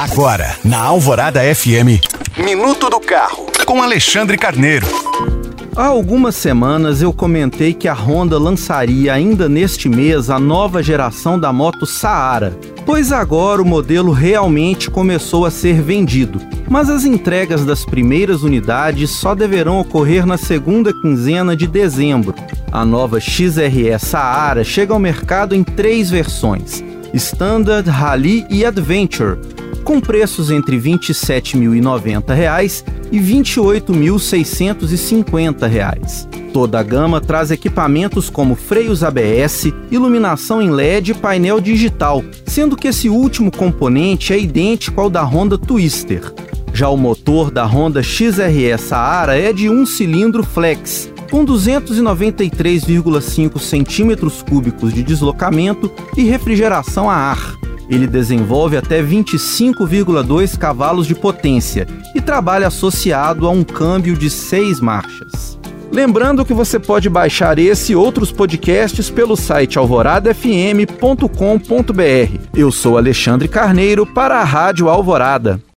Agora, na Alvorada FM, Minuto do Carro, com Alexandre Carneiro. Há algumas semanas eu comentei que a Honda lançaria ainda neste mês a nova geração da moto Saara, pois agora o modelo realmente começou a ser vendido. Mas as entregas das primeiras unidades só deverão ocorrer na segunda quinzena de dezembro. A nova XRE Saara chega ao mercado em 3 versões: Standard, Rally e Adventure, com preços entre R$ 27.090 e R$ 28.650. Toda a gama traz equipamentos como freios ABS, iluminação em LED e painel digital, sendo que esse último componente é idêntico ao da Honda Twister. Já o motor da Honda XRE Saara é de 1 cilindro flex, com 293,5 centímetros cúbicos de deslocamento e refrigeração a ar. Ele desenvolve até 25,2 cavalos de potência e trabalha associado a um câmbio de 6 marchas. Lembrando que você pode baixar esse e outros podcasts pelo site alvoradafm.com.br. Eu sou Alexandre Carneiro para a Rádio Alvorada.